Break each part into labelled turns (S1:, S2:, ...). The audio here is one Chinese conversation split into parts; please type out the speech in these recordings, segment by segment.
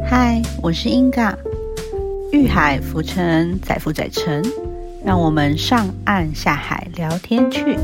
S1: 嗨，我是英嘎，遇海浮沉，载浮载沉，让我们上岸下海聊天去。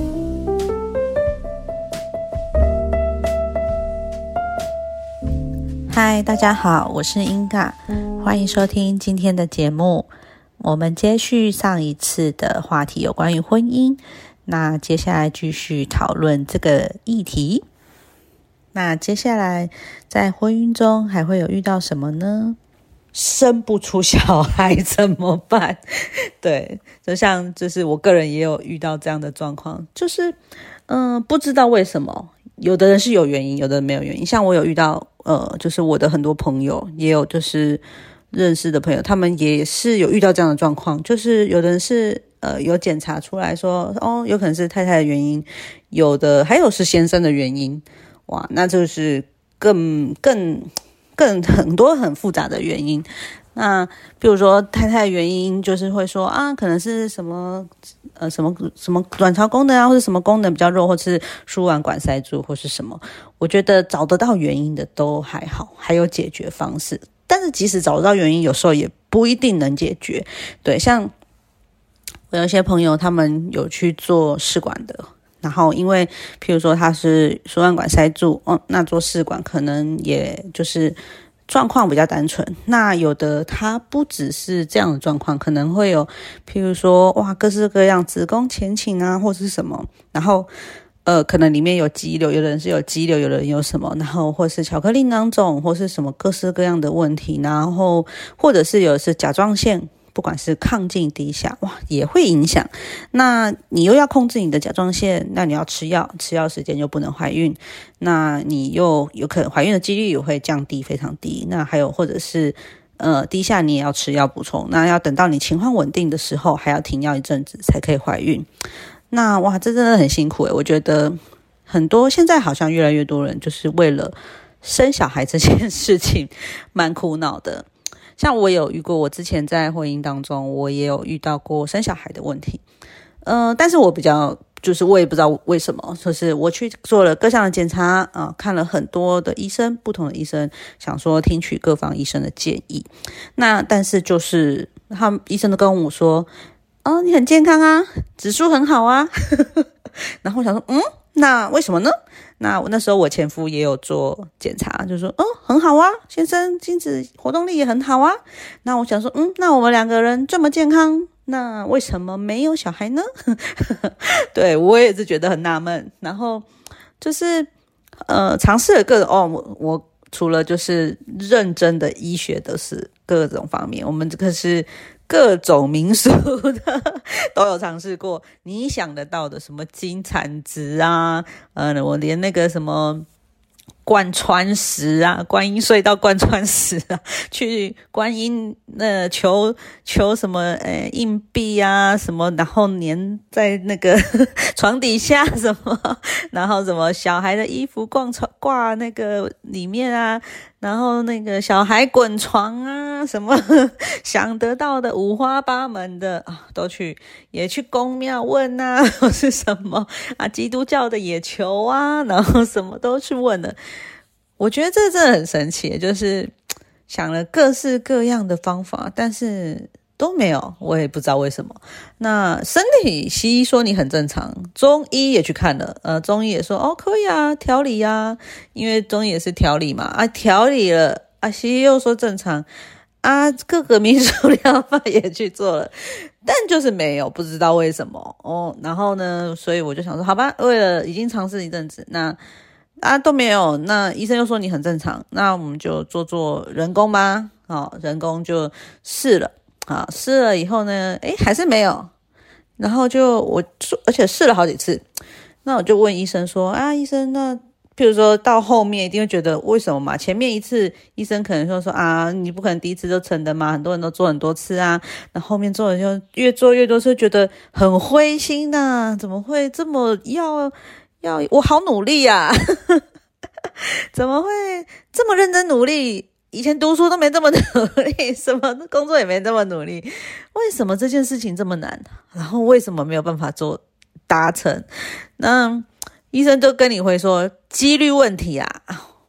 S1: 嗨，大家好，我是英嘎，欢迎收听今天的节目。我们接续上一次的话题，有关于婚姻，那接下来继续讨论这个议题。那接下来在婚姻中还会有遇到什么呢？生不出小孩怎么办？对，就是我个人也有遇到这样的状况，就是不知道为什么，有的人是有原因，有的人没有原因。像我有遇到就是我的很多朋友，也有就是认识的朋友，他们也是有遇到这样的状况，就是有的人是有检查出来说有可能是太太的原因，有的还有是先生的原因。哇，那就是更很多很复杂的原因。那比如说太太的原因就是会说可能是什么卵巢功能啊，或者什么功能比较弱，或是输卵管塞住或是什么。我觉得找得到原因的都还好，还有解决方式。但是即使找得到原因，有时候也不一定能解决。对，像我有一些朋友他们有去做试管的，然后因为譬如说他是输卵管塞住那做试管可能也就是状况比较单纯。那有的他不只是这样的状况，可能会有譬如说各式各样子宫前倾啊，或是什么，然后可能里面有肌瘤，有的人是有肌瘤，有的人有什么，然后或是巧克力囊肿，或是什么各式各样的问题，然后或者是有的是甲状腺不管是亢进低下，也会影响。那你又要控制你的甲状腺，那你要吃药，吃药时间又不能怀孕，那你又有可能怀孕的几率也会降低，非常低。那还有或者是低下你也要吃药补充，那要等到你情况稳定的时候，还要停药一阵子才可以怀孕。那这真的很辛苦我觉得很多现在好像越来越多人就是为了生小孩这件事情蛮苦恼的。像我有遇过，我之前在婚姻当中我也有遇到过生小孩的问题，但是我比较就是我也不知道为什么，就是我去做了各项的检查看了很多的医生，不同的医生，想说听取各方医生的建议。那但是就是他们医生都跟我说你很健康啊，指数很好啊然后我想说那为什么呢？那那时候我前夫也有做检查，就说很好啊，先生精子活动力也很好啊。那我想说那我们两个人这么健康，那为什么没有小孩呢对，我也是觉得很纳闷。然后就是尝试了各种我除了就是认真的医学的是各种方面，我们这个是各种民俗的都有尝试过，你想得到的什么金产值啊，我连那个什么贯穿石啊，观音隧道贯穿石啊，去观音求什么硬币啊什么，然后粘在那个床底下什么，然后什么小孩的衣服挂那个里面啊，然后那个小孩滚床啊，什么想得到的五花八门的都也去公庙问啊，或是什么基督教的也求啊，然后什么都去问了。我觉得这真的很神奇，就是想了各式各样的方法，但是都没有，我也不知道为什么。那生理西医说你很正常，中医也去看了，中医也说可以啊，调理啊，因为中医也是调理嘛，调理了西医又说正常各个民俗疗法也去做了，但就是没有，不知道为什么然后呢，所以我就想说好吧，为了已经尝试一阵子，那都没有，那医生又说你很正常，那我们就做人工吧人工就试了试了以后呢还是没有，然后而且试了好几次，那我就问医生说医生，那譬如说到后面一定会觉得为什么嘛，前面一次医生可能说你不可能第一次就成的嘛，很多人都做很多次那后面做了就越做越多次，觉得很灰心怎么会这么我好努力怎么会这么认真努力，以前读书都没这么努力，什么工作也没这么努力，为什么这件事情这么难，然后为什么没有办法达成？那医生就跟你会说几率问题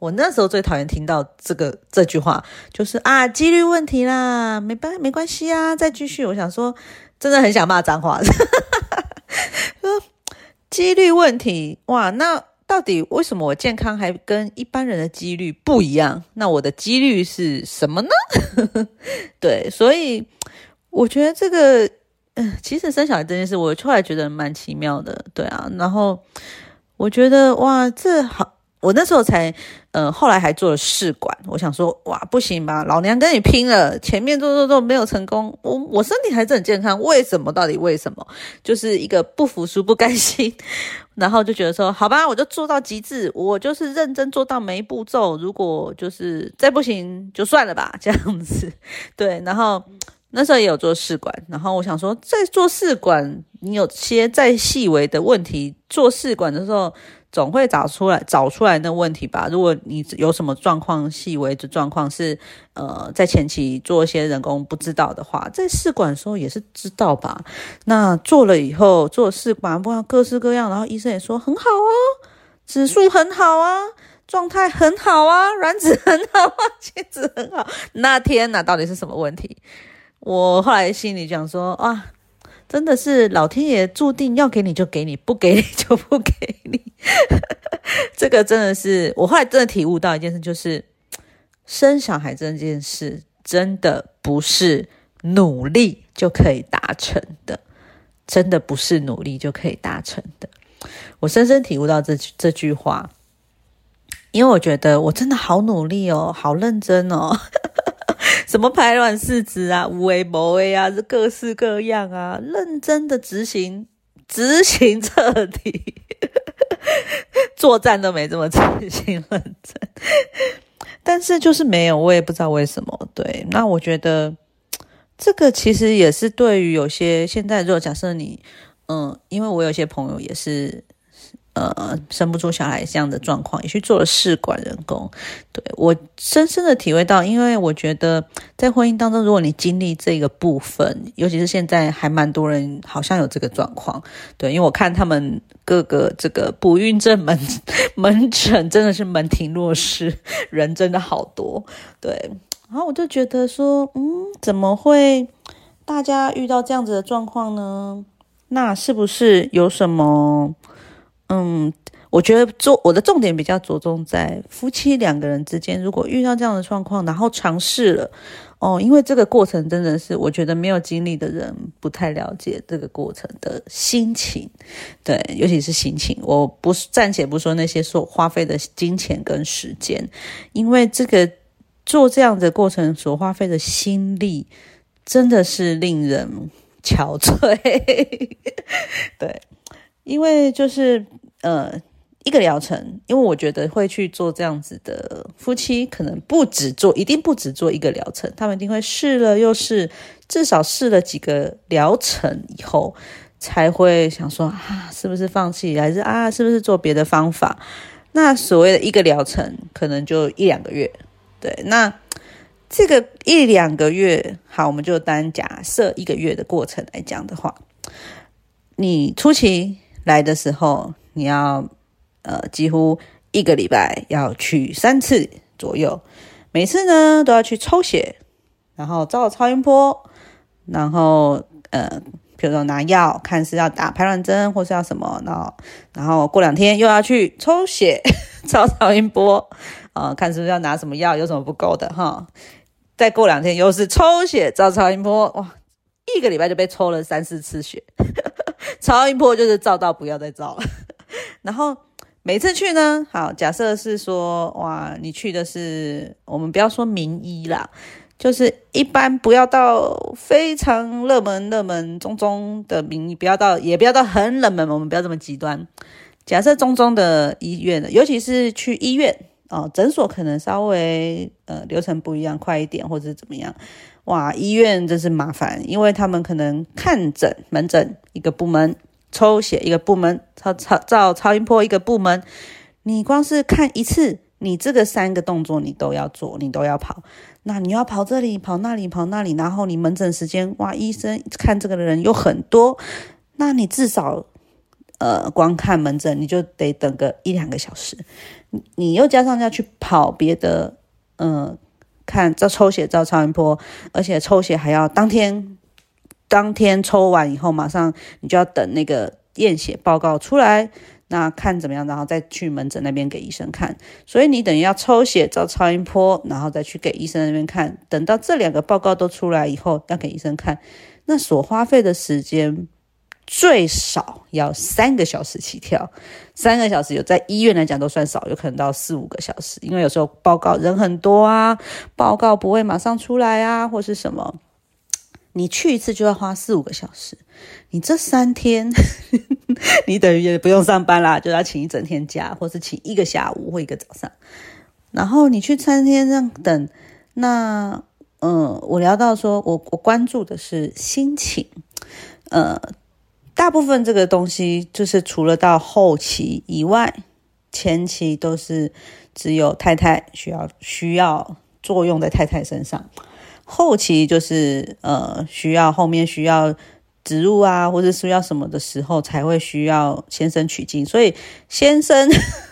S1: 我那时候最讨厌听到这句话，就是啊，几率问题啦，没关系啊，再继续。我想说，真的很想骂脏话。说几率问题，哇，那到底为什么我健康还跟一般人的几率不一样？那我的几率是什么呢？对，所以我觉得这个，其实生小孩这件事，我后来觉得蛮奇妙的，对啊。然后我觉得哇，这好，我那时候才，后来还做了试管。我想说，哇，不行吧，老娘跟你拼了，前面做没有成功，我身体还是很健康，为什么？到底为什么？就是一个不服输、不甘心。然后就觉得说，好吧，我就做到极致，我就是认真做到每一步骤，如果就是再不行就算了吧，这样子。对，然后那时候也有做试管，然后我想说，在做试管，你有些再细微的问题，做试管的时候总会找出来那问题吧。如果你有什么状况，细微的状况是在前期做一些人工不知道的话，在试管的时候也是知道吧。那做了以后，做试管不管各式各样，然后医生也说很好啊，指数很好啊，状态很好啊，卵子很好啊，精子很好。那天哪，到底是什么问题？我后来心里讲说，啊，真的是老天爷注定要给你就给你，不给你就不给你。这个真的是我后来真的体悟到一件事，就是生小孩这件事真的不是努力就可以达成的，真的不是努力就可以达成的。我深深体悟到这句话，因为我觉得我真的好努力哦，好认真哦。什么排卵试纸啊，有的没的啊，各式各样啊，认真的执行彻底。作战都没这么执行认真，但是就是没有，我也不知道为什么。对，那我觉得这个其实也是对于有些现在，如果假设你因为我有些朋友也是生不出小孩这样的状况，也去做了试管人工。对，我深深的体会到，因为我觉得在婚姻当中，如果你经历这个部分，尤其是现在还蛮多人好像有这个状况。对，因为我看他们各个这个不孕症门诊真的是门庭若市，人真的好多。对，然后我就觉得说，怎么会大家遇到这样子的状况呢？那是不是有什么我觉得我的重点比较着重在夫妻两个人之间，如果遇到这样的状况，然后尝试了因为这个过程真的是我觉得没有经历的人不太了解这个过程的心情。对，尤其是心情，我暂且不说那些所花费的金钱跟时间，因为这个做这样的过程所花费的心力真的是令人憔悴。对，因为就是一个疗程，因为我觉得会去做这样子的夫妻，可能一定不止做一个疗程，他们一定会试了又试，至少试了几个疗程以后，才会想说是不是放弃，还是是不是做别的方法。那所谓的一个疗程，可能就1-2个月。对，那这个1-2个月，好，我们就单假设1个月的过程来讲的话，你初期来的时候，你要几乎1个礼拜要去3次左右，每次呢都要去抽血，然后照超音波，然后比如说拿药，看是要打排卵针或是要什么，然后过2天又要去抽血照超音波看是不是要拿什么药，有什么不够的哈。再过2天又是抽血照超音波，哇，1个礼拜就被抽了3-4次血。超音波就是照到不要再照了。然后每次去呢，好，假设是说哇，你去的是我们不要说名医啦，就是一般不要到非常热门中的名医，也不要到很冷门，我们不要这么极端。假设中的医院的，尤其是去医院诊所可能稍微流程不一样，快一点或者是怎么样。哇，医院真是麻烦，因为他们可能看诊门诊一个部门，抽血一个部门，照超音波一个部门，你光是看一次，你这个3个动作你都要做，你都要跑。那你要跑这里跑那里跑那里，然后你门诊时间，哇，医生看这个的人又很多，那你至少光看门诊你就得等个1-2个小时。 你又加上要去跑别的看抽血照超音波，而且抽血还要当天抽完以后马上你就要等那个验血报告出来，那看怎么样，然后再去门诊那边给医生看。所以你等于要抽血照超音波，然后再去给医生那边看，等到这2个报告都出来以后要给医生看，那所花费的时间最少要3个小时起跳。3个小时有在医院来讲都算少，有可能到4-5个小时，因为有时候报告人很多啊，报告不会马上出来啊，或是什么，你去一次就要花4-5个小时。你这3天你等于也不用上班啦，就要请一整天假，或是请1个下午或1个早上，然后你去3天这样等。那我聊到说我关注的是心情，大部分这个东西就是除了到后期以外，前期都是只有太太需要作用在太太身上，后期就是后面需要植入啊，或者需要什么的时候才会需要先生取精，所以先生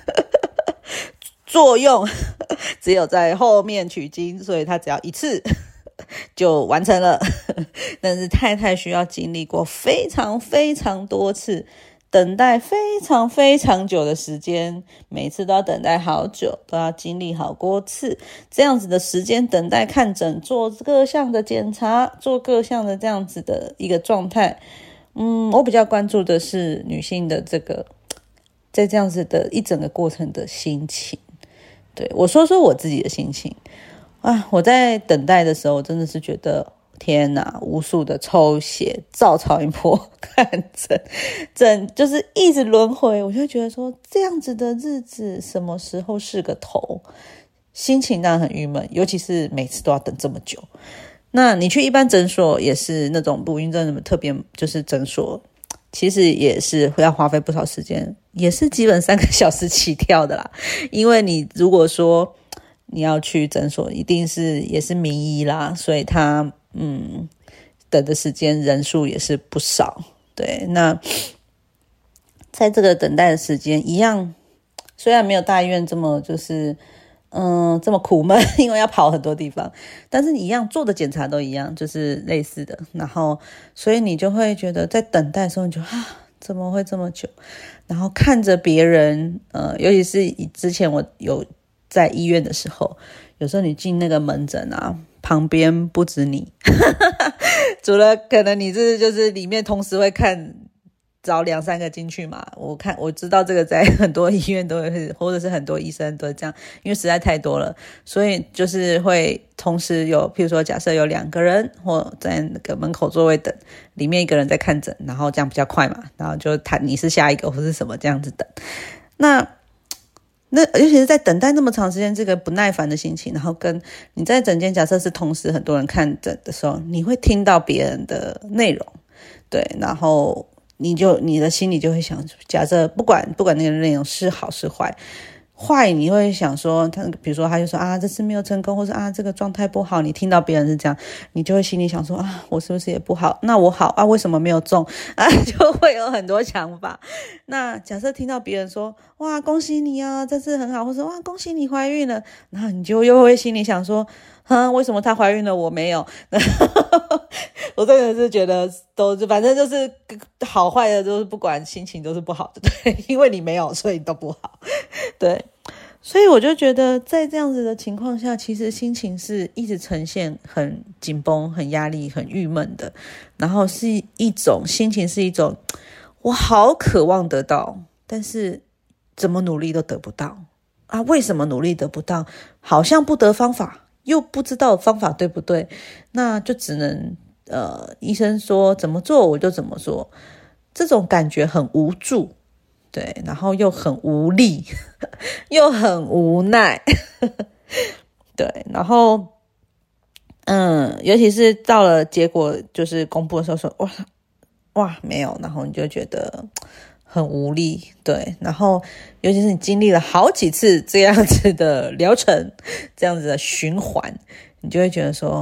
S1: 作用只有在后面取精，所以他只要一次就完成了。但是太太需要经历过非常非常多次，等待非常非常久的时间，每次都要等待好久，都要经历好多次这样子的时间等待看诊，做各项的检查，做各项的这样子的一个状态。我比较关注的是女性的这个在这样子的一整个过程的心情。对，我说我自己的心情啊，我在等待的时候真的是觉得天哪，无数的抽血照超音波看诊就是一直轮回，我就觉得说这样子的日子什么时候是个头，心情当然很郁闷，尤其是每次都要等这么久。那你去一般诊所也是那种不孕症特别就是诊所，其实也是会要花费不少时间，也是基本3个小时起跳的啦。因为你如果说你要去诊所一定是也是名医啦，所以他等的时间人数也是不少。对，那在这个等待的时间一样，虽然没有大医院这么就是这么苦闷，因为要跑很多地方，但是你一样做的检查都一样，就是类似的。然后所以你就会觉得在等待的时候你就怎么会这么久，然后看着别人尤其是之前我有在医院的时候，有时候你进那个门诊啊，旁边不止你除了可能你就是里面同时会看找2-3个进去嘛，我知道这个在很多医院都是，或者是很多医生都是这样，因为实在太多了，所以就是会同时有，譬如说假设有2个人或在那个门口座位等，里面1个人在看诊，然后这样比较快嘛，然后就你是下一个或是什么这样子等。那尤其是在等待那么长时间这个不耐烦的心情，然后跟你在诊间假设是同时很多人看诊的时候，你会听到别人的内容，对，然后你的心里就会想，假设不管那个内容是好是坏，你会想说比如说他就说这次没有成功，或是这个状态不好，你听到别人是这样，你就会心里想说我是不是也不好，那我好为什么没有中就会有很多想法。那假设听到别人说哇恭喜你啊这次很好，或者哇恭喜你怀孕了，然后你就又会心里想说为什么她怀孕了我没有我真的是觉得反正就是好坏的都是不管，心情都是不好的，对，因为你没有所以都不好，对。所以我就觉得在这样子的情况下，其实心情是一直呈现很紧绷、很压力、很郁闷的，然后是一种心情，是一种我好渴望得到，但是怎么努力都得不到为什么努力得不到？好像不得方法，又不知道方法对不对，那就只能医生说怎么做我就怎么做，这种感觉很无助，对，然后又很无力又很无奈对，然后尤其是到了结果就是公布的时候说哇没有，然后你就觉得很无力，对，然后尤其是你经历了好几次这样子的疗程，这样子的循环，你就会觉得说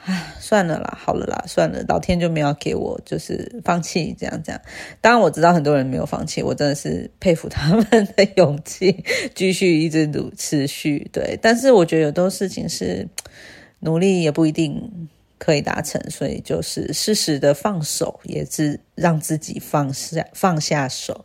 S1: 算了啦，好了啦，算了，老天就没有给我就是放弃这样。当然我知道很多人没有放弃，我真的是佩服他们的勇气，继续一直持续。对，但是我觉得有很多事情是努力也不一定可以达成，所以就是适时的放手，也是让自己放下手。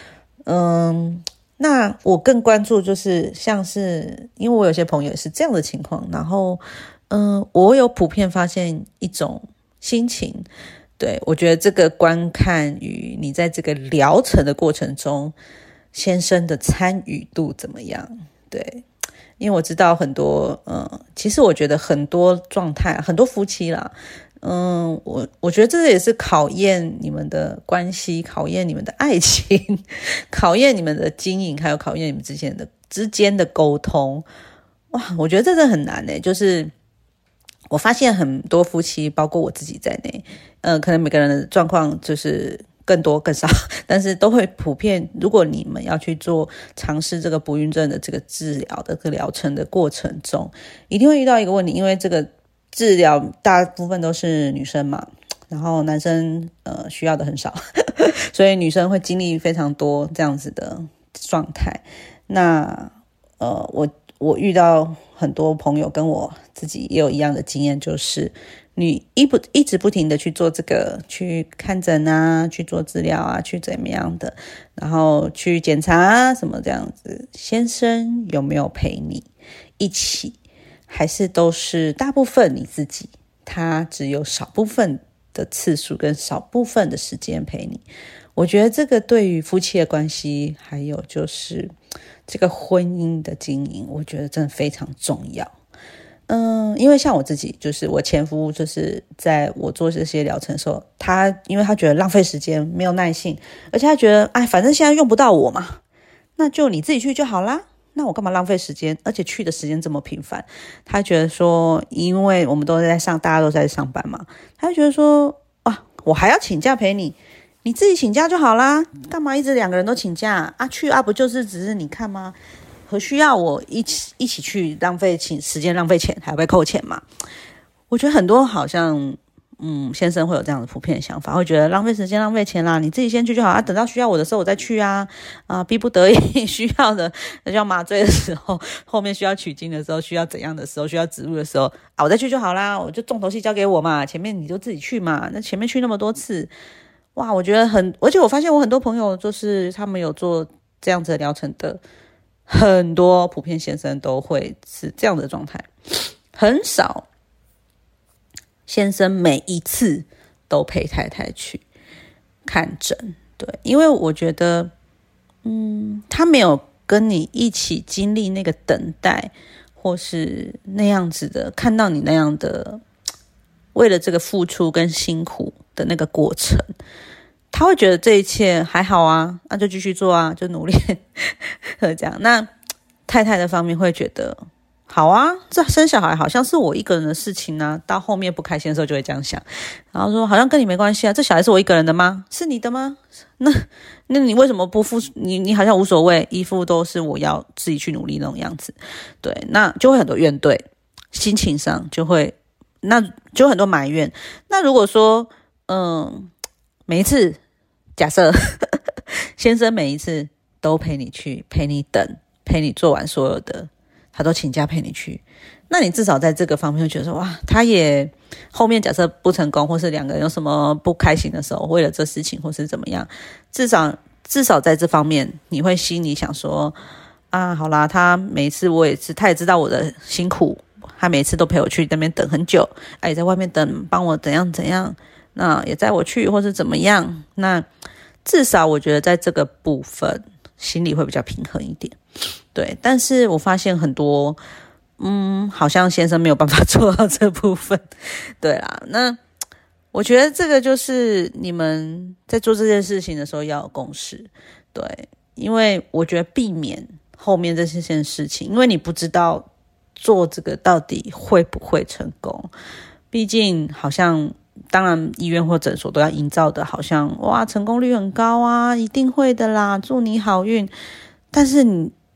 S1: 那我更关注就是像是因为我有些朋友也是这样的情况，然后我有普遍发现一种心情，对，我觉得这个观看于你在这个疗程的过程中先生的参与度怎么样。对，因为我知道很多其实我觉得很多状态很多夫妻啦，我觉得这也是考验你们的关系，考验你们的爱情，考验你们的经营，还有考验你们之间的沟通。哇，我觉得这真的很难欸，就是我发现很多夫妻包括我自己在内，可能每个人的状况就是更多更少，但是都会普遍，如果你们要去尝试这个不孕症的这个治疗的这个疗程的过程中，一定会遇到一个问题，因为这个治疗大部分都是女生嘛，然后男生需要的很少所以女生会经历非常多这样子的状态。那我遇到很多朋友跟我自己也有一样的经验，就是你一直不停的去做这个，去看诊啊，去做治疗啊，去怎么样的，然后去检查啊什么这样子，先生有没有陪你一起，还是都是大部分你自己，他只有少部分的次数跟少部分的时间陪你。我觉得这个对于夫妻的关系，还有就是这个婚姻的经营，我觉得真的非常重要。因为像我自己，就是我前夫，就是在我做这些疗程的时候，因为他觉得浪费时间，没有耐性，而且他觉得反正现在用不到我嘛，那就你自己去就好啦，那我干嘛浪费时间，而且去的时间这么频繁。他觉得说，因为我们都在大家都在上班嘛，他觉得说我还要请假陪你，你自己请假就好啦，干嘛一直两个人都请假啊？去不就是只是你看吗？何需要我一起去浪费时间浪费钱还要被扣钱嘛？我觉得很多好像先生会有这样的普遍的想法，会觉得浪费时间浪费钱啦，你自己先去就好啊，等到需要我的时候我再去啊，逼不得已需要的需要麻醉的时候，后面需要取精的时候，需要怎样的时候，需要植入的时候我再去就好啦，我就重头戏交给我嘛，前面你就自己去嘛，那前面去那么多次，哇，我觉得而且我发现我很多朋友就是他们有做这样子的疗程的，很多普遍先生都会是这样的状态，很少先生每一次都陪太太去看诊。对，因为我觉得他没有跟你一起经历那个等待，或是那样子的看到你那样的为了这个付出跟辛苦的那个过程，他会觉得这一切还好啊，那就继续做啊，就努力这样。那太太的方面会觉得好啊，这生小孩好像是我一个人的事情啊，到后面不开心的时候就会这样想，然后说好像跟你没关系啊，这小孩是我一个人的吗？是你的吗？那你为什么不付你好像无所谓，一副都是我要自己去努力那种样子。对，那就会很多怨怼，心情上就会很多埋怨。那如果说每一次假设先生每一次都陪你去，陪你等，陪你做完所有的，他都请假陪你去，那你至少在这个方面会觉得说，哇，他也后面假设不成功，或是两个人有什么不开心的时候，为了这事情或是怎么样，至少在这方面你会心里想说好啦，他每一次他也知道我的辛苦，他每一次都陪我去那边等很久，也在外面等，帮我怎样怎样，那也载我去或是怎么样，那至少我觉得在这个部分心里会比较平衡一点。对，但是我发现很多好像先生没有办法做到这部分。对啦，那我觉得这个就是你们在做这件事情的时候要有共识。对，因为我觉得避免后面这件事情，因为你不知道做这个到底会不会成功，毕竟好像当然医院或诊所都要营造的好像哇成功率很高啊，一定会的啦，祝你好运。但是你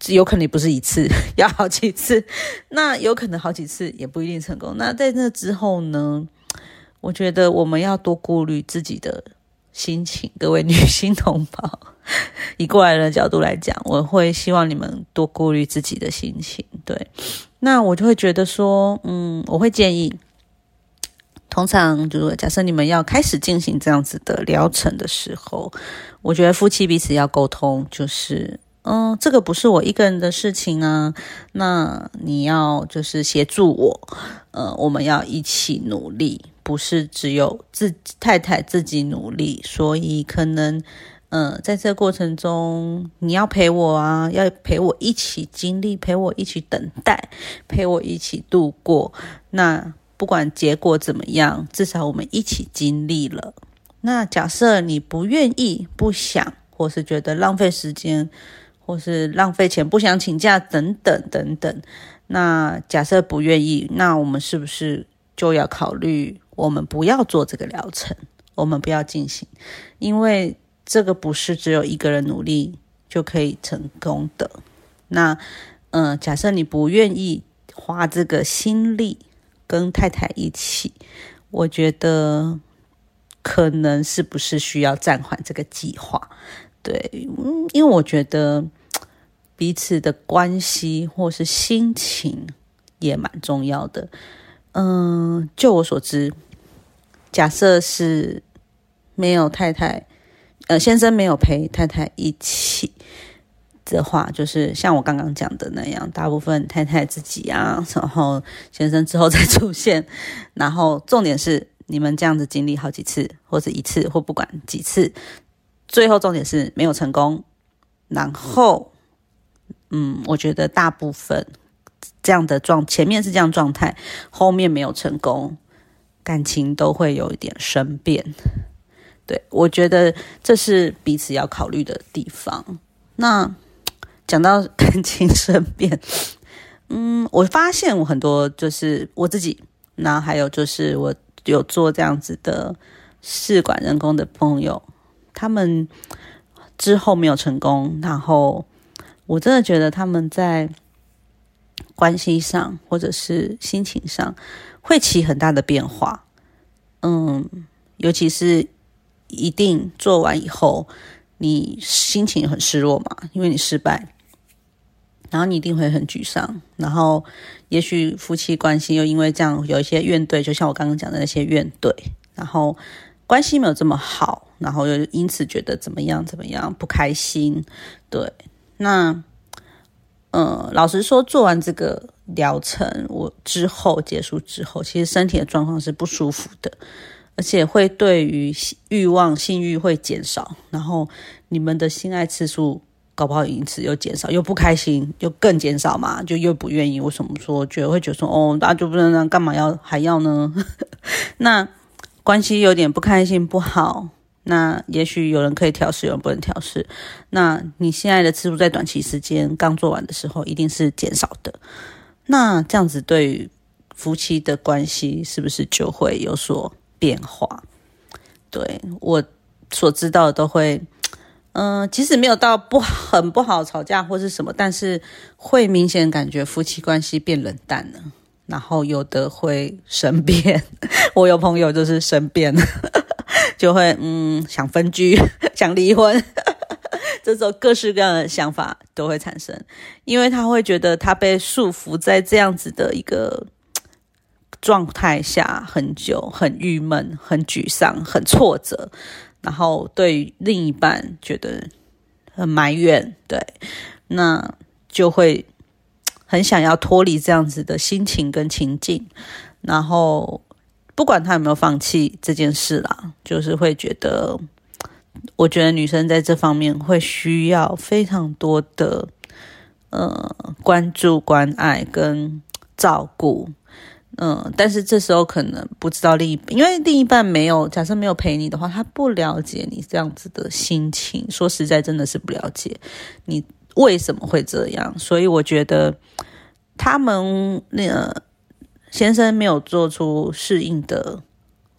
S1: 有可能不是一次，要好几次，那有可能好几次也不一定成功。那在那之后呢，我觉得我们要多顾虑自己的心情，各位女性同胞，以过来人的角度来讲，我会希望你们多顾虑自己的心情。对，那我就会觉得说，我会建议，通常就是假设你们要开始进行这样子的疗程的时候，我觉得夫妻彼此要沟通，就是这个不是我一个人的事情啊，那你要就是协助我，我们要一起努力，不是只有太太自己努力，所以可能在这个过程中你要陪我啊，要陪我一起经历，陪我一起等待，陪我一起度过，那不管结果怎么样，至少我们一起经历了。那假设你不愿意、不想，或是觉得浪费时间，或是浪费钱，不想请假等等等等，那假设不愿意，那我们是不是就要考虑我们不要做这个疗程，我们不要进行，因为这个不是只有一个人努力就可以成功的。那假设你不愿意花这个心力跟太太一起，我觉得可能是不是需要暂缓这个计划。对，因为我觉得彼此的关系或是心情也蛮重要的。就我所知，假设是没有太太，先生没有陪太太一起的话，就是像我刚刚讲的那样，大部分太太自己啊，然后先生之后再出现，然后重点是你们这样子经历好几次，或者一次，或不管几次，最后重点是没有成功。然后我觉得大部分这样的前面是这样状态，后面没有成功，感情都会有一点生变。对，我觉得这是彼此要考虑的地方。那讲到感情生变，我发现我很多就是我自己，那还有就是我有做这样子的试管人工的朋友，他们之后没有成功，然后我真的觉得他们在关系上或者是心情上会起很大的变化。尤其是一定做完以后，你心情很失落嘛，因为你失败，然后你一定会很沮丧，然后也许夫妻关系又因为这样有一些怨怼，就像我刚刚讲的那些怨怼，然后关系没有这么好，然后又因此觉得怎么样不开心。对，那老实说，做完这个疗程我结束之后，其实身体的状况是不舒服的，而且会对于性欲会减少，然后你们的性爱次数搞不好因此又减少，又不开心，又更减少嘛，就又不愿意。为什么说会觉得说大家就不能让，干嘛还要呢？那关系有点不开心不好，那也许有人可以调试，有人不能调试。那你现在的次数在短期时间刚做完的时候一定是减少的，那这样子对于夫妻的关系是不是就会有所变化？对，我所知道的都会即使没有到很不好吵架或是什么，但是会明显感觉夫妻关系变冷淡了，然后有的会生变我有朋友就是生变就会想分居想离婚这种各式各样的想法都会产生，因为他会觉得他被束缚在这样子的一个状态下很久，很郁闷，很沮丧，很挫折，然后对于另一半觉得很埋怨。对，那就会很想要脱离这样子的心情跟情境，然后不管他有没有放弃这件事啦，就是会觉得，我觉得女生在这方面会需要非常多的关注、关爱跟照顾。但是这时候可能不知道因为另一半假设没有陪你的话，他不了解你这样子的心情，说实在真的是不了解你为什么会这样。所以我觉得他们先生没有做出适应的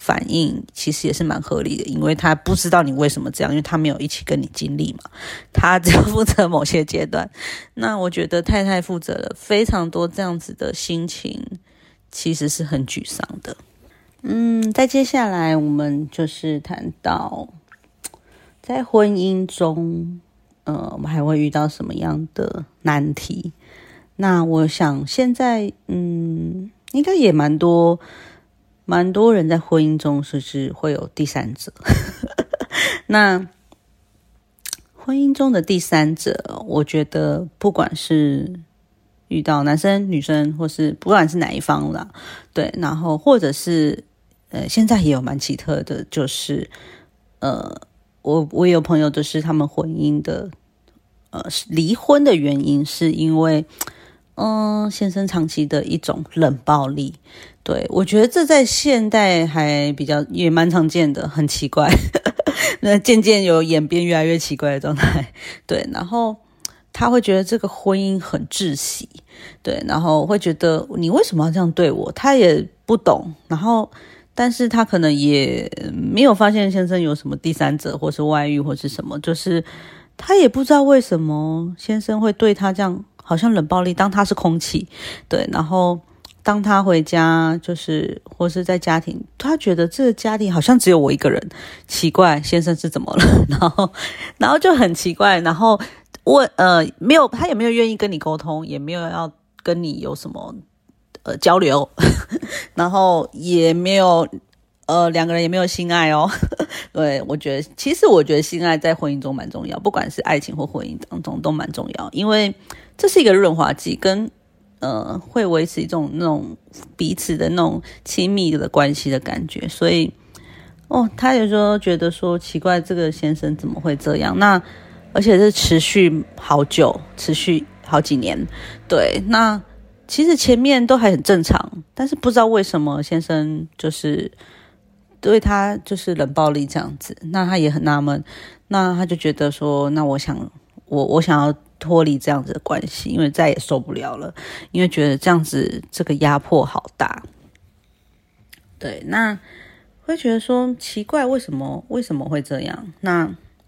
S1: 反应其实也是蛮合理的，因为他不知道你为什么这样，因为他没有一起跟你经历嘛，他只有负责某些阶段。那我觉得太太负责了非常多这样子的心情，其实是很沮丧的。再接下来我们就是谈到在婚姻中我们还会遇到什么样的难题。那我想现在应该也蛮多人在婚姻中是会有第三者那婚姻中的第三者，我觉得不管是遇到男生女生，或是不管是哪一方啦，对，然后或者是现在也有蛮奇特的，就是我有朋友就是他们婚姻的离婚的原因是因为先生长期的一种冷暴力。对，我觉得这在现代还也蛮常见的，很奇怪那渐渐有演变越来越奇怪的状态。对，然后他会觉得这个婚姻很窒息，对，然后会觉得你为什么要这样对我，他也不懂，然后但是他可能也没有发现先生有什么第三者或是外遇或是什么，就是他也不知道为什么先生会对他这样好像冷暴力，当他是空气。对，然后当他回家就是或是在家庭，他觉得这个家庭好像只有我一个人，奇怪先生是怎么了然后就很奇怪，然后没有，他也没有愿意跟你沟通，也没有要跟你有什么交流然后也没有两个人也没有性爱哦对，其实我觉得性爱在婚姻中蛮重要，不管是爱情或婚姻当中都蛮重要，因为这是一个润滑剂，跟会维持一种那种彼此的那种亲密的关系的感觉。所以他有时候觉得说奇怪，这个先生怎么会这样，那而且是持续好久，持续好几年。对，那其实前面都还很正常，但是不知道为什么先生就是对他就是冷暴力这样子，那他也很纳闷，那他就觉得说，那我想要脱离这样子的关系，因为再也受不了了，因为觉得这样子这个压迫好大。对，那会觉得说奇怪，为什么会这样？那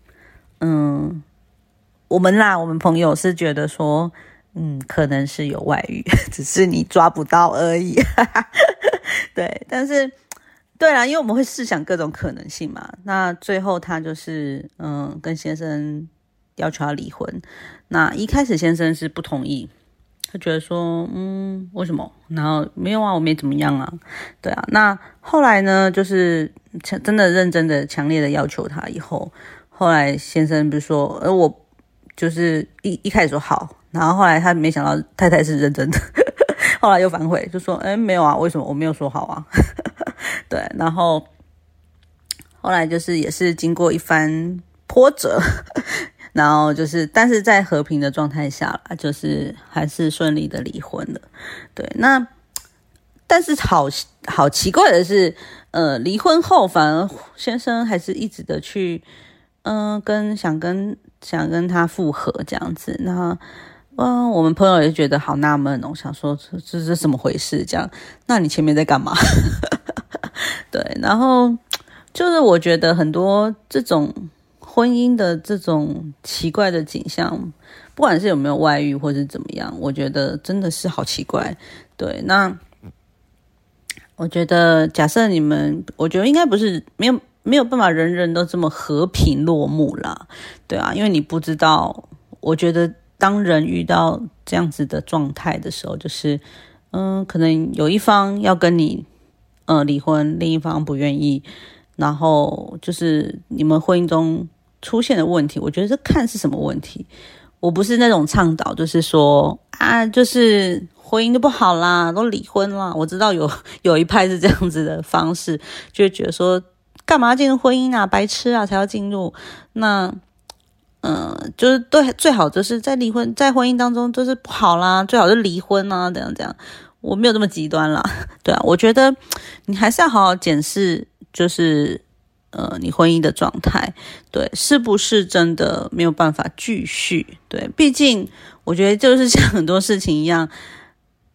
S1: 我们朋友是觉得说可能是有外遇只是你抓不到而已对，但是对啦，因为我们会试想各种可能性嘛。那最后他就是跟先生要求要离婚。那一开始先生是不同意，他觉得说为什么，然后没有啊，我没怎么样啊。对啊，那后来呢就是真的认真的强烈的要求他以后，后来先生不是说我就是一开始说好，然后后来他没想到太太是认真的后来又反悔，就说没有啊，为什么我没有说好啊对，然后后来就是也是经过一番波折然后就是但是在和平的状态下啦，就是还是顺利的离婚了。对，那但是好奇怪的是离婚后反而先生还是一直的去想跟他复合这样子。那我们朋友也觉得好纳闷哦，想说这是怎么回事这样，那你前面在干嘛对，然后就是我觉得很多这种婚姻的这种奇怪的景象，不管是有没有外遇或是怎么样，我觉得真的是好奇怪。对，那我觉得假设我觉得应该不是没有办法人人都这么和平落幕啦。对啊，因为你不知道，我觉得当人遇到这样子的状态的时候，就是可能有一方要跟你离婚，另一方不愿意，然后就是你们婚姻中出现的问题，我觉得这看是什么问题。我不是那种倡导就是说就是婚姻都不好啦，都离婚啦。我知道有一派是这样子的方式，就会觉得说干嘛进入婚姻啊，白痴啊才要进入。那就是对，最好就是在婚姻当中就是不好啦，最好是离婚啊，怎样。我没有这么极端啦。对啊，我觉得你还是要好好检视，就是你婚姻的状态，对，是不是真的没有办法继续。对，毕竟我觉得就是像很多事情一样，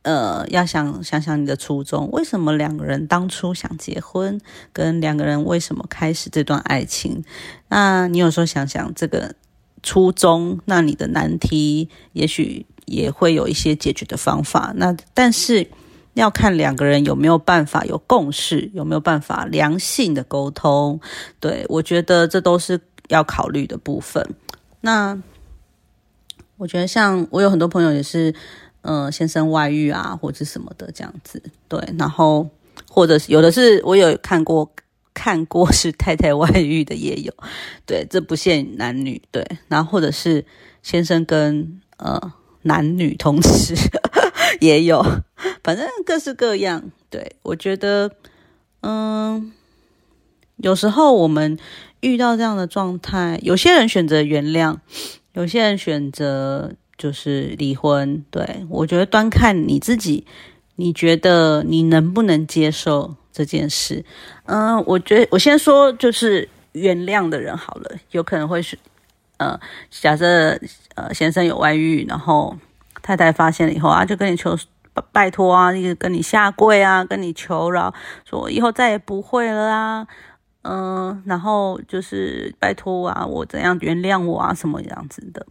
S1: 要想想你的初衷，为什么两个人当初想结婚，跟两个人为什么开始这段爱情。那你有时候想想这个初衷，那你的难题也许也会有一些解决的方法。那但是要看两个人有没有办法有共识，有没有办法良性的沟通。对，我觉得这都是要考虑的部分。那我觉得像我有很多朋友也是先生外遇啊或者什么的这样子。对，然后或者是有的是我有看过是太太外遇的也有。对，这不限男女。对，然后或者是先生跟男女同时也有，反正各式各样。对，我觉得有时候我们遇到这样的状态，有些人选择原谅，有些人选择就是离婚。对，我觉得端看你自己，你觉得你能不能接受这件事。我觉得我先说就是原谅的人好了，有可能会是假设先生有外遇，然后太太发现了以后啊，就跟你求拜托啊，跟你下跪啊，跟你求饶，说以后再也不会了啊。然后就是拜托啊，我怎样原谅我啊，什么样子的。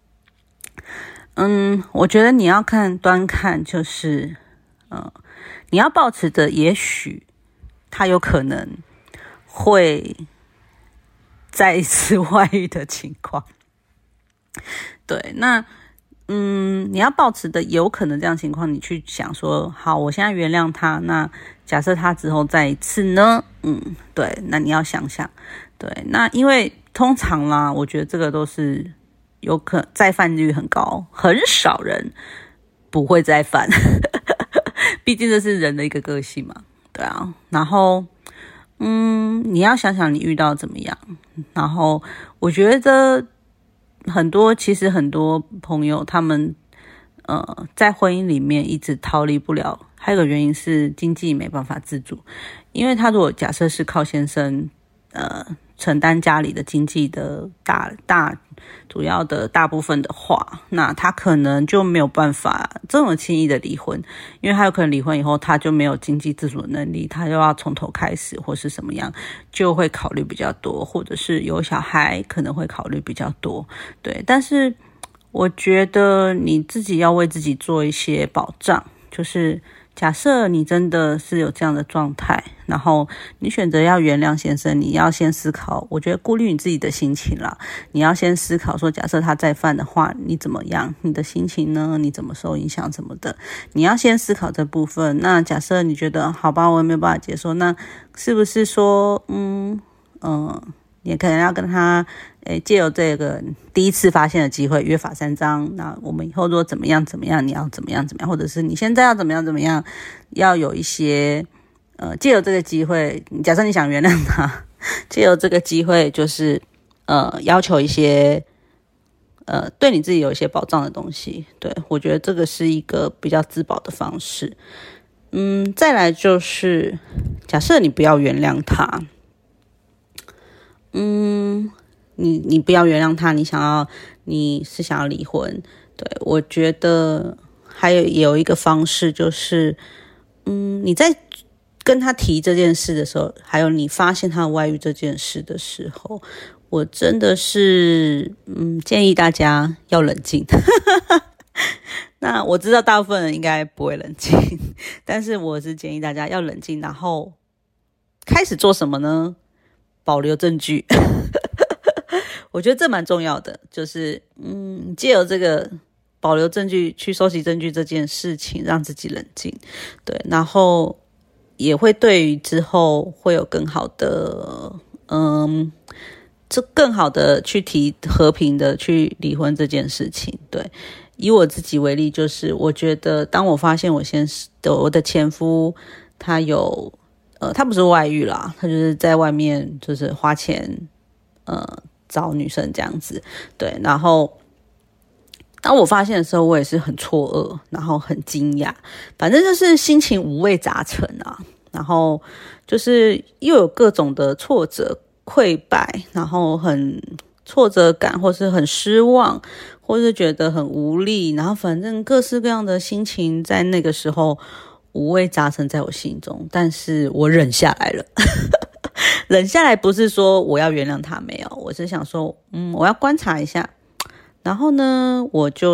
S1: 我觉得你要端看就是你要抱持着也许他有可能会再一次外遇的情况。对，那你要抱持的有可能这样情况，你去想说好，我现在原谅他，那假设他之后再一次呢？对，那你要想想。对，那因为通常啦，我觉得这个都是有可能再犯率很高，很少人不会再犯毕竟这是人的一个个性嘛。对啊，然后你要想想你遇到怎么样。然后我觉得其实很多朋友他们在婚姻里面一直逃离不了，还有一个原因是经济没办法自主。因为他如果假设是靠先生承担家里的经济的主要的大部分的话，那他可能就没有办法这么轻易的离婚。因为他有可能离婚以后他就没有经济自主的能力，他就要从头开始或是什么样，就会考虑比较多，或者是有小孩可能会考虑比较多。对，但是我觉得你自己要为自己做一些保障，就是假设你真的是有这样的状态，然后你选择要原谅先生，你要先思考，我觉得顾虑你自己的心情啦。你要先思考说，假设他再犯的话，你怎么样？你的心情呢？你怎么受影响什么的？你要先思考这部分。那假设你觉得好吧，我也没有办法接受，那是不是说也可能要跟他借由这个第一次发现的机会约法三章，那我们以后如果怎么样怎么样，你要怎么样怎么样，或者是你现在要怎么样怎么样，要有一些借由这个机会，假设你想原谅他，借由这个机会就是要求一些对你自己有一些保障的东西。对，我觉得这个是一个比较自保的方式。再来就是假设你不要原谅他，你不要原谅他，你是想要离婚。对，我觉得也有一个方式就是，你在跟他提这件事的时候，还有你发现他的外遇这件事的时候，我真的是建议大家要冷静那我知道大部分人应该不会冷静，但是我是建议大家要冷静，然后开始做什么呢？保留证据我觉得这蛮重要的，就是借由这个保留证据去收集证据这件事情，让自己冷静。对，然后也会对于之后会有更好的更好的去提和平的去离婚这件事情。对，以我自己为例，就是我觉得当我发现我的前夫他他不是外遇啦，他就是在外面就是花钱找女生这样子。对，然后当我发现的时候，我也是很错愕，然后很惊讶，反正就是心情五味杂陈啊。然后就是又有各种的挫折、溃败，然后很挫折感，或是很失望，或是觉得很无力，然后反正各式各样的心情在那个时候五味杂陈在我心中，但是我忍下来了。忍下来不是说我要原谅他，没有，我是想说我要观察一下。然后呢，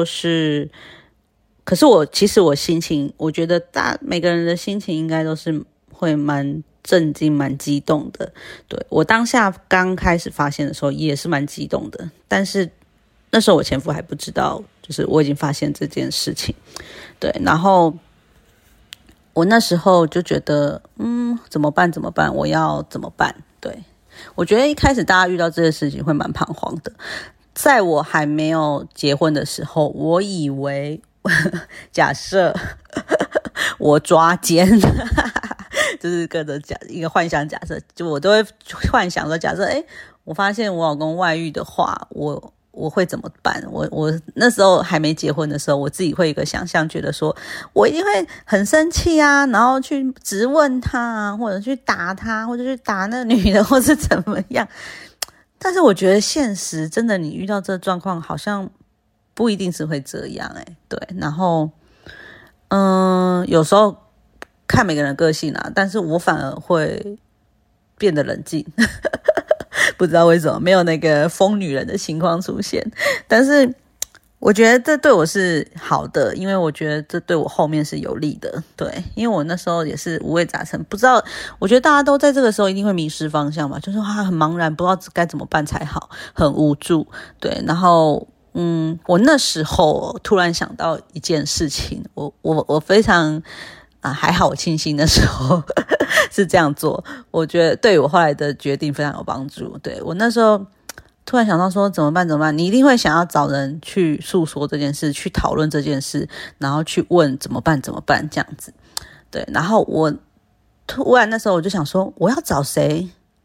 S1: 可是其实我心情，我觉得每个人的心情应该都是会蛮震惊蛮激动的。对，我当下刚开始发现的时候也是蛮激动的，但是那时候我前夫还不知道，就是我已经发现这件事情。对，然后我那时候就觉得怎么办，我要怎么办。对，我觉得一开始大家遇到这件事情会蛮彷徨的。在我还没有结婚的时候，我以为假设我抓奸就是一个幻想假设，就我都会幻想说，假设我发现我老公外遇的话，我会怎么办？我那时候还没结婚的时候，我自己会有一个想象，觉得说我一定会很生气啊，然后去质问他啊，或者去打他，或者去打那个女的，或是怎么样。但是我觉得现实真的，你遇到这个状况，好像不一定是会这样对。然后有时候看每个人的个性啊，但是我反而会变得冷静。不知道为什么没有那个疯女人的情况出现，但是我觉得这对我是好的，因为我觉得这对我后面是有利的。对，因为我那时候也是五味杂陈，不知道，我觉得大家都在这个时候一定会迷失方向嘛，就是很茫然，不知道该怎么办才好，很无助。对，然后我那时候突然想到一件事情，我非常还好我庆幸的时候是这样做，我觉得对我后来的决定非常有帮助。对，我那时候突然想到说怎么办，你一定会想要找人去诉说这件事，去讨论这件事，然后去问怎么办这样子。对，然后我突然那时候我就想说，我要找谁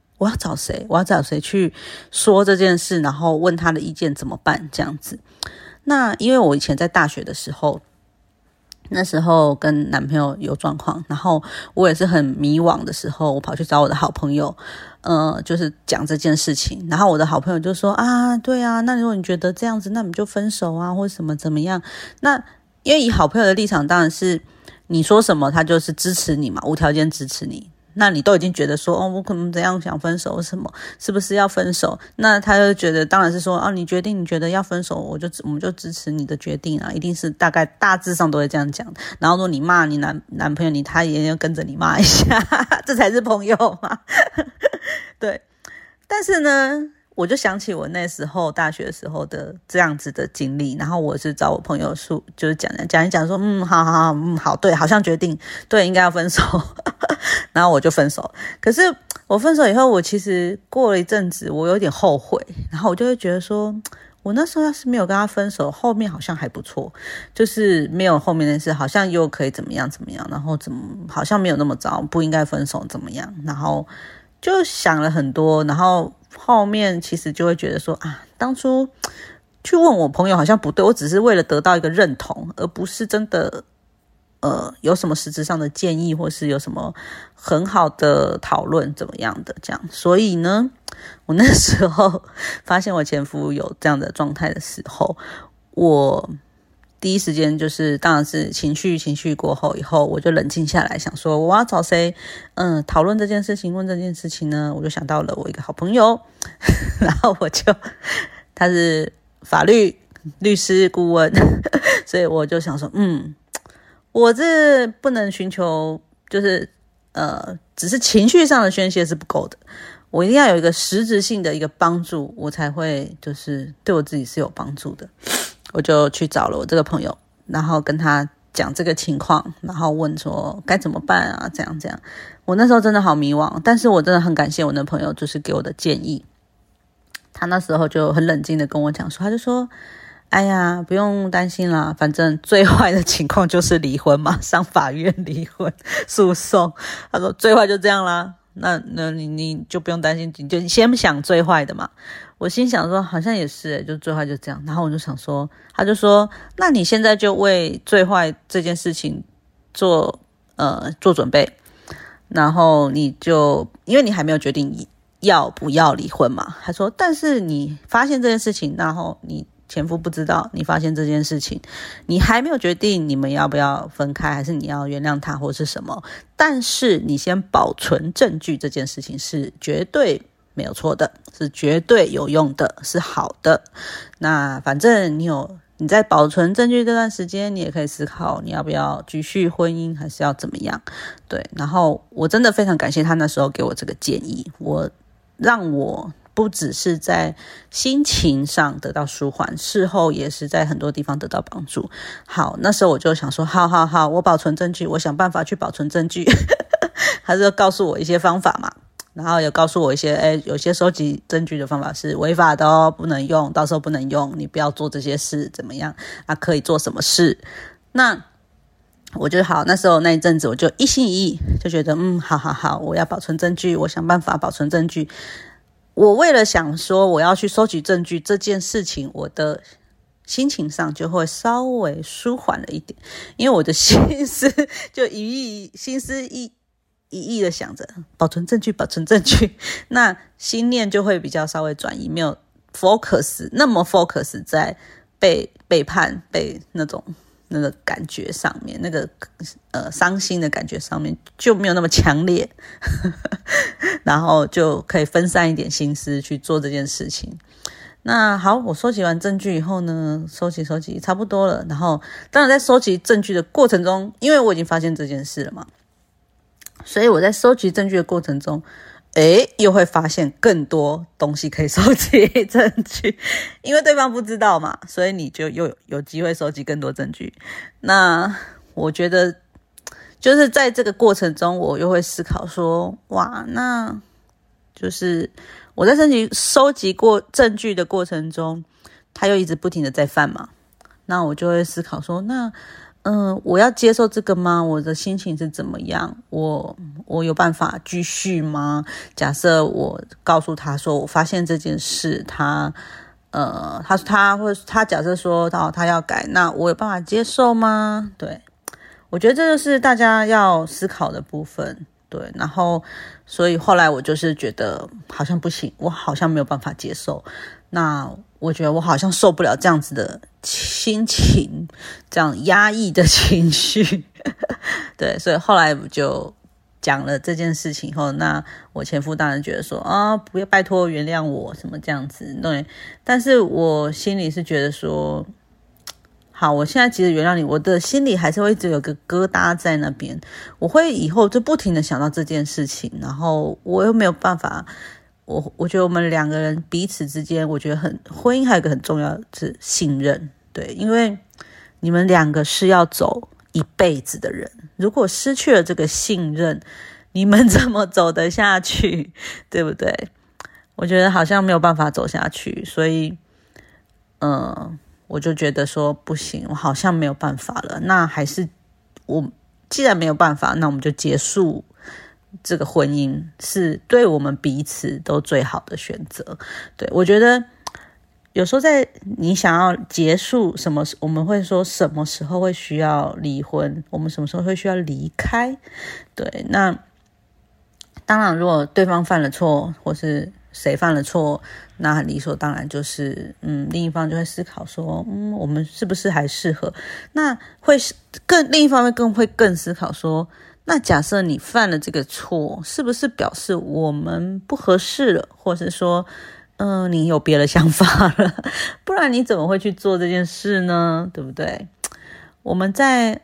S1: 去说这件事，然后问他的意见怎么办这样子。那因为我以前在大学的时候，那时候跟男朋友有状况，然后我也是很迷惘的时候，我跑去找我的好朋友就是讲这件事情。然后我的好朋友就说对啊，那如果你觉得这样子，那你就分手啊，或者什么怎么样。那因为以好朋友的立场，当然是你说什么他就是支持你嘛，无条件支持你。那你都已经觉得说我可能怎样想分手什么，是不是要分手？那他就觉得当然是说你决定，你觉得要分手，我们就支持你的决定啊，一定是大致上都会这样讲。然后说你骂你男朋友，他也要跟着你骂一下，这才是朋友嘛。对，但是呢，我就想起我那时候大学的时候的这样子的经历，然后我是找我朋友就是讲一讲说好，对，好像决定对应该要分手。然后我就分手。可是我分手以后，我其实过了一阵子，我有点后悔，然后我就会觉得说，我那时候要是没有跟他分手，后面好像还不错，就是没有后面的事，好像又可以怎么样，然后好像没有那么糟，不应该分手怎么样，然后就想了很多，然后后面其实就会觉得说当初去问我朋友好像不对，我只是为了得到一个认同，而不是真的有什么实质上的建议，或是有什么很好的讨论怎么样的这样。所以呢，我那时候发现我前夫有这样的状态的时候，我第一时间就是当然是情绪过后以后，我就冷静下来，想说我要找谁讨论这件事情，问这件事情呢，我就想到了我一个好朋友然后他是法律师顾问所以我就想说我这不能寻求就是只是情绪上的宣泄是不够的，我一定要有一个实质性的一个帮助，我才会就是对我自己是有帮助的。我就去找了我这个朋友，然后跟他讲这个情况，然后问说该怎么办啊，这样。我那时候真的好迷惘，但是我真的很感谢我那朋友就是给我的建议。他那时候就很冷静的跟我讲说，他就说哎呀，不用担心啦，反正最坏的情况就是离婚嘛，上法院离婚诉讼。他说最坏就这样啦，那你就不用担心，你就先想最坏的嘛。我心想说好像也是就最坏就这样。然后我就想说，他就说那你现在就为最坏这件事情做准备，然后你就因为你还没有决定要不要离婚嘛？他说，但是你发现这件事情，然后你前夫不知道你发现这件事情，你还没有决定你们要不要分开，还是你要原谅他或是什么，但是你先保存证据，这件事情是绝对没有错的，是绝对有用的，是好的。那反正你在保存证据这段时间，你也可以思考你要不要继续婚姻，还是要怎么样。对，然后我真的非常感谢他那时候给我这个建议，让我不只是在心情上得到舒缓，事后也是在很多地方得到帮助。好，那时候我就想说，好，我保存证据，我想办法去保存证据。他就告诉我一些方法嘛，然后有告诉我一些，有些收集证据的方法是违法的哦，不能用，到时候不能用，你不要做这些事，怎么样啊？可以做什么事？那我就好，那时候那一阵子我就一心一意，就觉得好，我要保存证据，我想办法保存证据。我为了想说我要去收集证据这件事情，我的心情上就会稍微舒缓了一点，因为我的心思就一亿的想着保存证据，那心念就会比较稍微转移，没有那么 focus 在被背叛、被那个感觉上面，那个伤心的感觉上面就没有那么强烈然后就可以分散一点心思去做这件事情。那好，我收集完证据以后呢，收集差不多了，然后当然在收集证据的过程中，因为我已经发现这件事了嘛，所以我在收集证据的过程中又会发现更多东西可以收集证据，因为对方不知道嘛，所以你就又有机会收集更多证据。那我觉得就是在这个过程中，我又会思考说，哇，那就是我在收集过证据的过程中，他又一直不停的在犯嘛，那我就会思考说，那我要接受这个吗？我的心情是怎么样？我有办法继续吗？假设我告诉他说我发现这件事，他假设说他要改，那我有办法接受吗？对，我觉得这就是大家要思考的部分。对，然后所以后来我就是觉得好像不行，我好像没有办法接受，那我觉得我好像受不了这样子的心情，这样压抑的情绪对，所以后来我就讲了这件事情后，那我前夫当然觉得说不要，拜托原谅我什么这样子。对，但是我心里是觉得说，好，我现在其实原谅你，我的心里还是会一直有个疙瘩在那边，我会以后就不停的想到这件事情，然后我又没有办法，我觉得我们两个人彼此之间，我觉得婚姻还有一个很重要的是信任。对，因为你们两个是要走一辈子的人，如果失去了这个信任，你们怎么走得下去？对不对？我觉得好像没有办法走下去，所以我就觉得说不行，我好像没有办法了，那还是我既然没有办法，那我们就结束这个婚姻，是对我们彼此都最好的选择。对，我觉得有时候在你想要结束什么，我们会说什么时候会需要离婚，我们什么时候会需要离开。对，那当然如果对方犯了错，或是谁犯了错，那很理所当然就是另一方就会思考说我们是不是还适合，那会另一方面会更思考说，那假设你犯了这个错，是不是表示我们不合适了，或是说你有别的想法了，不然你怎么会去做这件事呢？对不对？我们在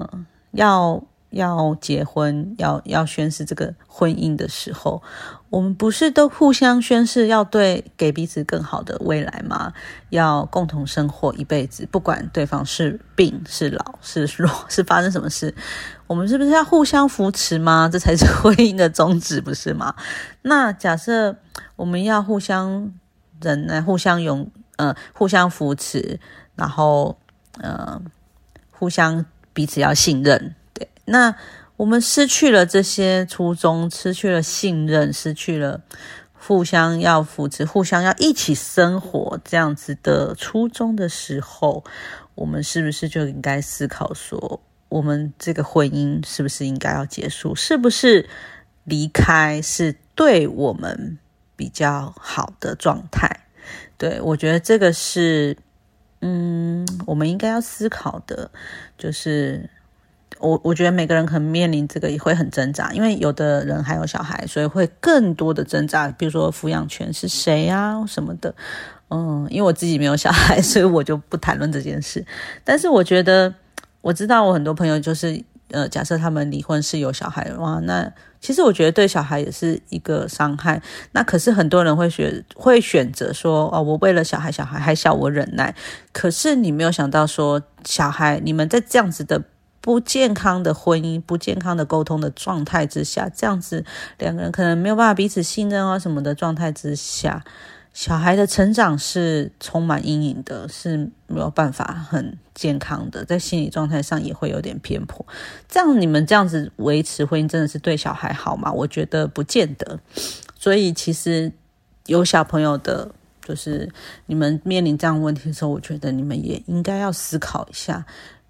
S1: 要结婚，要宣誓这个婚姻的时候，我们不是都互相宣誓要给彼此更好的未来吗？要共同生活一辈子，不管对方是病是老是弱是发生什么事，我们是不是要互相扶持吗？这才是婚姻的宗旨，不是吗？那假设我们要互相忍耐，互相扶持，然后互相彼此要信任。对，那我们失去了这些初衷，失去了信任，失去了互相要扶持，互相要一起生活这样子的初衷的时候，我们是不是就应该思考说，我们这个婚姻是不是应该要结束？是不是离开是对我们比较好的状态。对，我觉得这个是我们应该要思考的，就是我觉得每个人可能面临这个也会很挣扎，因为有的人还有小孩，所以会更多的挣扎，比如说抚养权是谁啊什么的。因为我自己没有小孩，所以我就不谈论这件事。但是我觉得，我知道我很多朋友就是假设他们离婚是有小孩，哇，那其实我觉得对小孩也是一个伤害。那可是很多人会选择说，我为了小孩还小，我忍耐。可是你没有想到说，小孩你们在这样子的不健康的婚姻、不健康的沟通的状态之下，这样子两个人可能没有办法彼此信任啊什么的状态之下，小孩的成长是充满阴影的，是没有办法很健康的，在心理状态上也会有点偏颇。这样你们这样子维持婚姻真的是对小孩好吗？我觉得不见得。所以其实有小朋友的，就是你们面临这样的问题的时候，我觉得你们也应该要思考一下。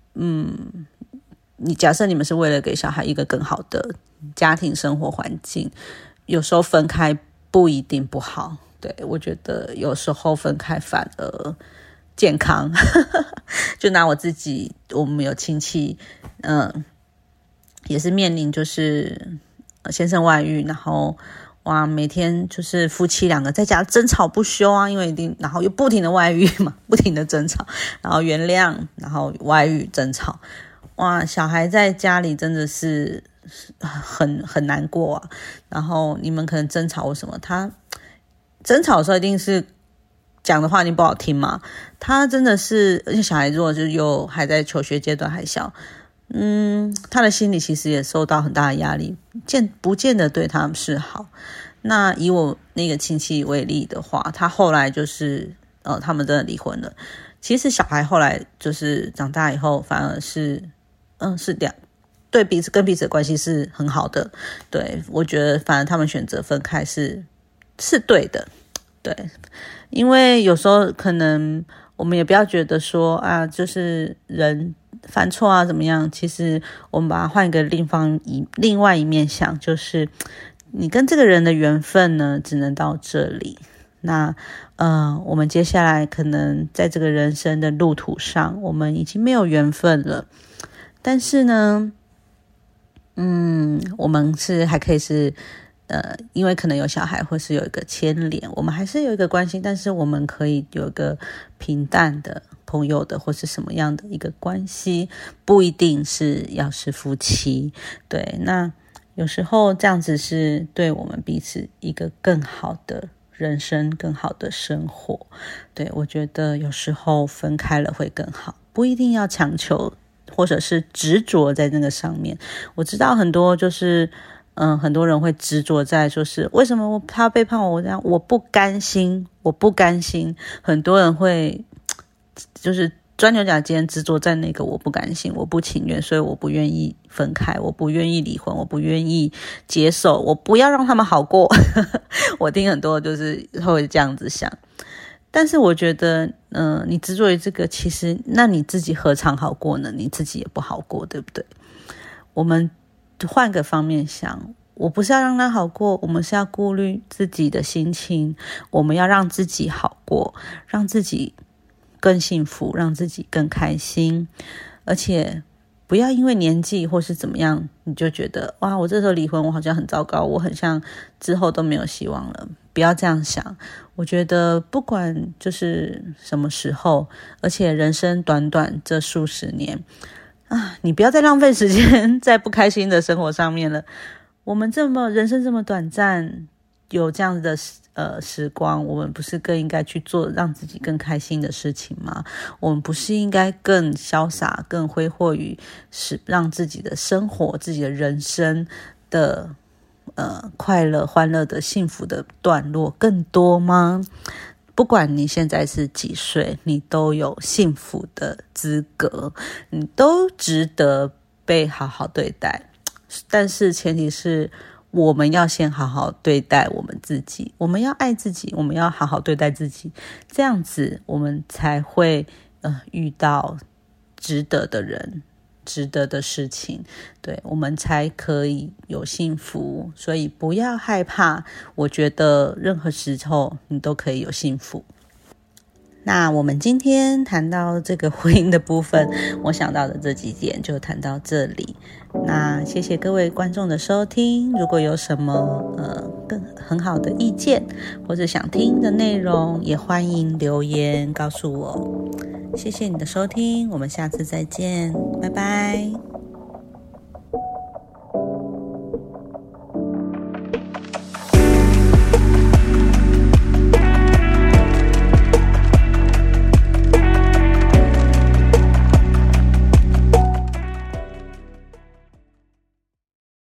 S1: 你假设你们是为了给小孩一个更好的家庭生活环境，有时候分开不一定不好。对，我觉得有时候分开反而健康。就拿我自己，我们有亲戚也是面临就是先生外遇，然后每天就是夫妻两个在家争吵不休啊，因为然后又不停的外遇嘛，不停的争吵，然后原谅，然后外遇争吵，小孩在家里真的是很难过啊。然后你们可能争吵或什么，他争吵的时候一定是讲的话一定不好听嘛，他真的是，而且小孩如果就又还在求学阶段还小，他的心理其实也受到很大的压力，不见得对他是好。那以我那个亲戚为例的话，他后来就是他们真的离婚了。其实小孩后来就是长大以后反而是对跟彼此的关系是很好的。对，我觉得反而他们选择分开是对的。对，因为有时候可能我们也不要觉得说就是人犯错啊怎么样，其实我们把它换一个另外一面想，就是你跟这个人的缘分呢只能到这里。那我们接下来可能在这个人生的路途上我们已经没有缘分了，但是呢我们还可以是因为可能有小孩或是有一个牵连，我们还是有一个关系，但是我们可以有一个平淡的朋友的或是什么样的一个关系，不一定是要是夫妻。对，那有时候这样子是对我们彼此一个更好的人生，更好的生活。对，我觉得有时候分开了会更好，不一定要强求或者是执着在那个上面。我知道很多就是很多人会执着在就是为什么他背叛我这样，我不甘心。很多人会就是钻牛角尖，执着在那个我不甘心，我不情愿，所以我不愿意分开，我不愿意离婚，我不愿意接受，我不要让他们好过。我听很多就是会这样子想。但是我觉得你执着于这个，其实那你自己何尝好过呢？你自己也不好过，对不对？我们换个方面想，我不是要让他好过，我们是要顾虑自己的心情，我们要让自己好过，让自己更幸福，让自己更开心。而且不要因为年纪或是怎么样，你就觉得我这时候离婚我好像很糟糕，我很像之后都没有希望了。不要这样想，我觉得不管就是什么时候，而且人生短短这数十年你不要再浪费时间在不开心的生活上面了。我们人生这么短暂，有这样子的时光，我们不是更应该去做让自己更开心的事情吗？我们不是应该更潇洒，更挥霍于让自己的生活，自己的人生的快乐、欢乐的幸福的段落更多吗？不管你现在是几岁，你都有幸福的资格，你都值得被好好对待。但是前提是我们要先好好对待我们自己，我们要爱自己，我们要好好对待自己，这样子我们才会遇到值得的人， 值得的事情，对，我们才可以有幸福。所以不要害怕，我觉得任何时候你都可以有幸福。那我们今天谈到这个婚姻的部分，我想到的这几点就谈到这里。那谢谢各位观众的收听，如果有什么更很好的意见或者想听的内容，也欢迎留言告诉我。谢谢你的收听，我们下次再见，拜拜。